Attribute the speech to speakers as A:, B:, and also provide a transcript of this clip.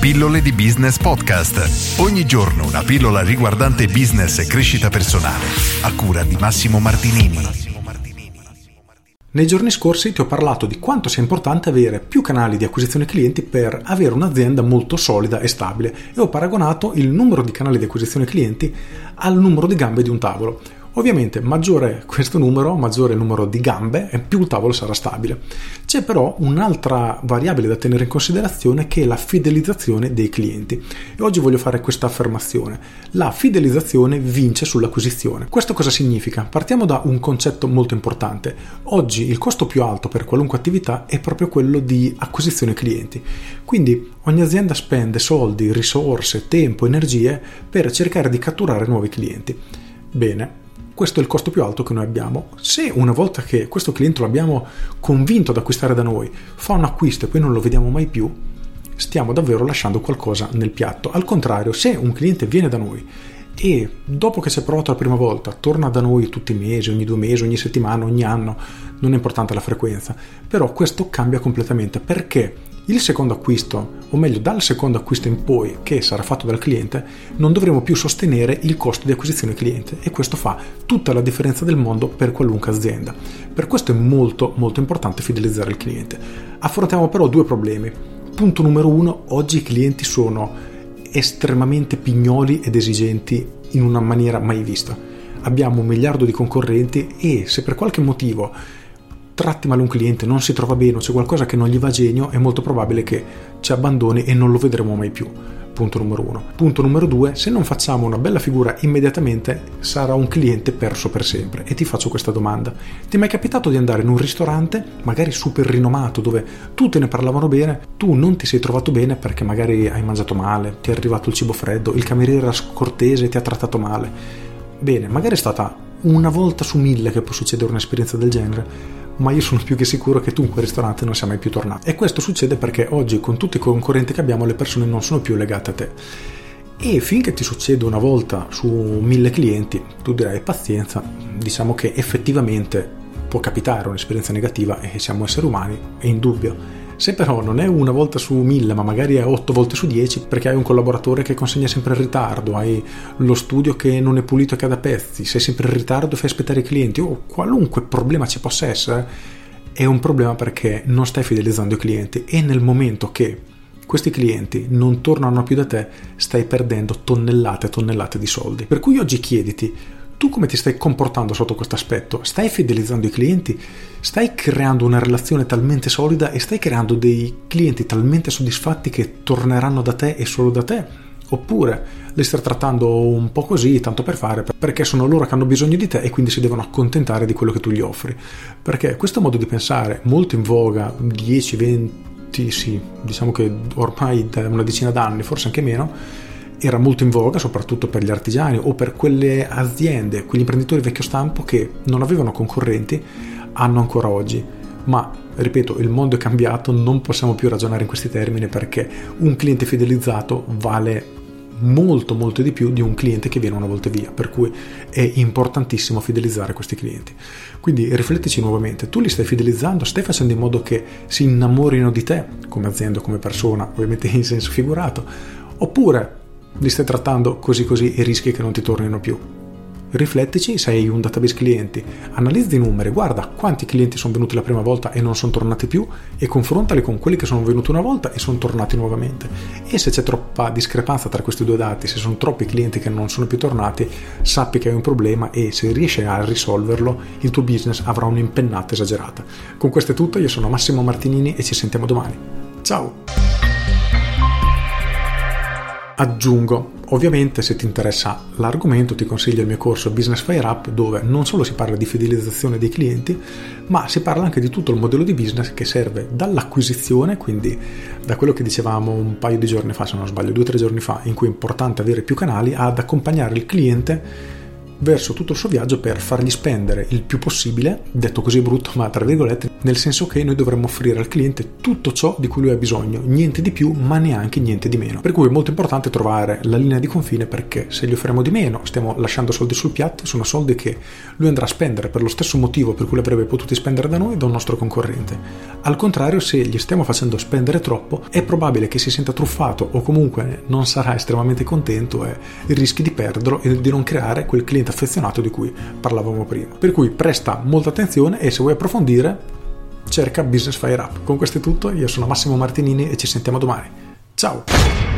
A: Pillole di Business Podcast. Ogni giorno una pillola riguardante business e crescita personale. A cura di Massimo Martinini.
B: Nei giorni scorsi ti ho parlato di quanto sia importante avere più canali di acquisizione clienti per avere un'azienda molto solida e stabile e ho paragonato il numero di canali di acquisizione clienti al numero di gambe di un tavolo. Ovviamente maggiore questo numero, maggiore il numero di gambe e più il tavolo sarà stabile. C'è però un'altra variabile da tenere in considerazione che è la fidelizzazione dei clienti e oggi voglio fare questa affermazione: la fidelizzazione vince sull'acquisizione. Questo cosa significa? Partiamo da un concetto molto importante. Oggi il costo più alto per qualunque attività è proprio quello di acquisizione clienti, quindi ogni azienda spende soldi, risorse, tempo, energie per cercare di catturare nuovi clienti. Bene, questo è il costo più alto che noi abbiamo. Se una volta che questo cliente lo abbiamo convinto ad acquistare da noi, fa un acquisto e poi non lo vediamo mai più, stiamo davvero lasciando qualcosa nel piatto. Al contrario, se un cliente viene da noi e dopo che ci ha provato la prima volta torna da noi tutti i mesi, ogni 2 mesi, ogni settimana, ogni anno, non è importante la frequenza, però questo cambia completamente, perché il secondo acquisto, o meglio dal secondo acquisto in poi che sarà fatto dal cliente, non dovremo più sostenere il costo di acquisizione cliente e questo fa tutta la differenza del mondo per qualunque azienda. Per questo è molto molto importante fidelizzare il cliente. Affrontiamo però 2 problemi. Punto numero 1, oggi i clienti sono estremamente pignoli ed esigenti in una maniera mai vista. Abbiamo 1 miliardo di concorrenti e se per qualche motivo tratti male un cliente, non si trova bene o c'è qualcosa che non gli va a genio, è molto probabile che ci abbandoni e non lo vedremo mai più. Punto numero 1. Punto numero 2, se non facciamo una bella figura immediatamente sarà un cliente perso per sempre. E ti faccio questa domanda: ti è mai capitato di andare in un ristorante magari super rinomato dove tutti ne parlavano bene, tu non ti sei trovato bene perché magari hai mangiato male, ti è arrivato il cibo freddo, il cameriere era scortese e ti ha trattato male? Bene, magari è stata una volta su 1000 che può succedere un'esperienza del genere, ma io sono più che sicuro che tu in quel ristorante non sia mai più tornato. E questo succede perché oggi con tutti i concorrenti che abbiamo le persone non sono più legate a te. E finché ti succede una volta su 1000 clienti, tu dirai pazienza, diciamo che effettivamente può capitare un'esperienza negativa e siamo esseri umani, è indubbio. Se però non è una volta su 1000 ma magari è 8 volte su 10 perché hai un collaboratore che consegna sempre in ritardo, hai lo studio che non è pulito e cade a pezzi, sei sempre in ritardo e fai aspettare i clienti o qualunque problema ci possa essere, è un problema perché non stai fidelizzando i clienti e nel momento che questi clienti non tornano più da te stai perdendo tonnellate e tonnellate di soldi. Per cui oggi chiediti: tu come ti stai comportando sotto questo aspetto? Stai fidelizzando i clienti? Stai creando una relazione talmente solida e stai creando dei clienti talmente soddisfatti che torneranno da te e solo da te? Oppure li stai trattando un po' così, tanto per fare, perché sono loro che hanno bisogno di te e quindi si devono accontentare di quello che tu gli offri? Perché questo modo di pensare, molto in voga, 10, 20, sì, diciamo che ormai da una decina d'anni, forse anche meno, era molto in voga soprattutto per gli artigiani o per quelle aziende, quegli imprenditori vecchio stampo che non avevano concorrenti, hanno ancora oggi. Ma, ripeto, il mondo è cambiato, non possiamo più ragionare in questi termini perché un cliente fidelizzato vale molto molto di più di un cliente che viene una volta via, per cui è importantissimo fidelizzare questi clienti. Quindi riflettici nuovamente: tu li stai fidelizzando? Stai facendo in modo che si innamorino di te come azienda, come persona, ovviamente in senso figurato, oppure li stai trattando così così e rischi che non ti tornino più? Riflettici. Se hai un database clienti, analizza i numeri, guarda quanti clienti sono venuti la prima volta e non sono tornati più e confrontali con quelli che sono venuti una volta e sono tornati nuovamente. E se c'è troppa discrepanza tra questi 2 dati, se sono troppi clienti che non sono più tornati, sappi che hai un problema e se riesci a risolverlo il tuo business avrà un'impennata esagerata. Con questo è tutto, io sono Massimo Martinini e ci sentiamo domani. Ciao! Aggiungo, ovviamente se ti interessa l'argomento ti consiglio il mio corso Business Fire Up, dove non solo si parla di fidelizzazione dei clienti ma si parla anche di tutto il modello di business che serve dall'acquisizione, quindi da quello che dicevamo un paio di giorni fa, se non sbaglio 2 o 3 giorni fa, in cui è importante avere più canali, ad accompagnare il cliente verso tutto il suo viaggio per fargli spendere il più possibile, detto così brutto ma tra virgolette, nel senso che noi dovremmo offrire al cliente tutto ciò di cui lui ha bisogno, niente di più ma neanche niente di meno. Per cui è molto importante trovare la linea di confine, perché se gli offriamo di meno stiamo lasciando soldi sul piatto, sono soldi che lui andrà a spendere per lo stesso motivo per cui li avrebbe potuti spendere da noi, da un nostro concorrente. Al contrario, se gli stiamo facendo spendere troppo è probabile che si senta truffato o comunque non sarà estremamente contento e rischi di perderlo e di non creare quel cliente affezionato di cui parlavamo prima. Per cui presta molta attenzione e se vuoi approfondire cerca Business Fire Up. Con questo è tutto, io sono Massimo Martinini e ci sentiamo domani. Ciao!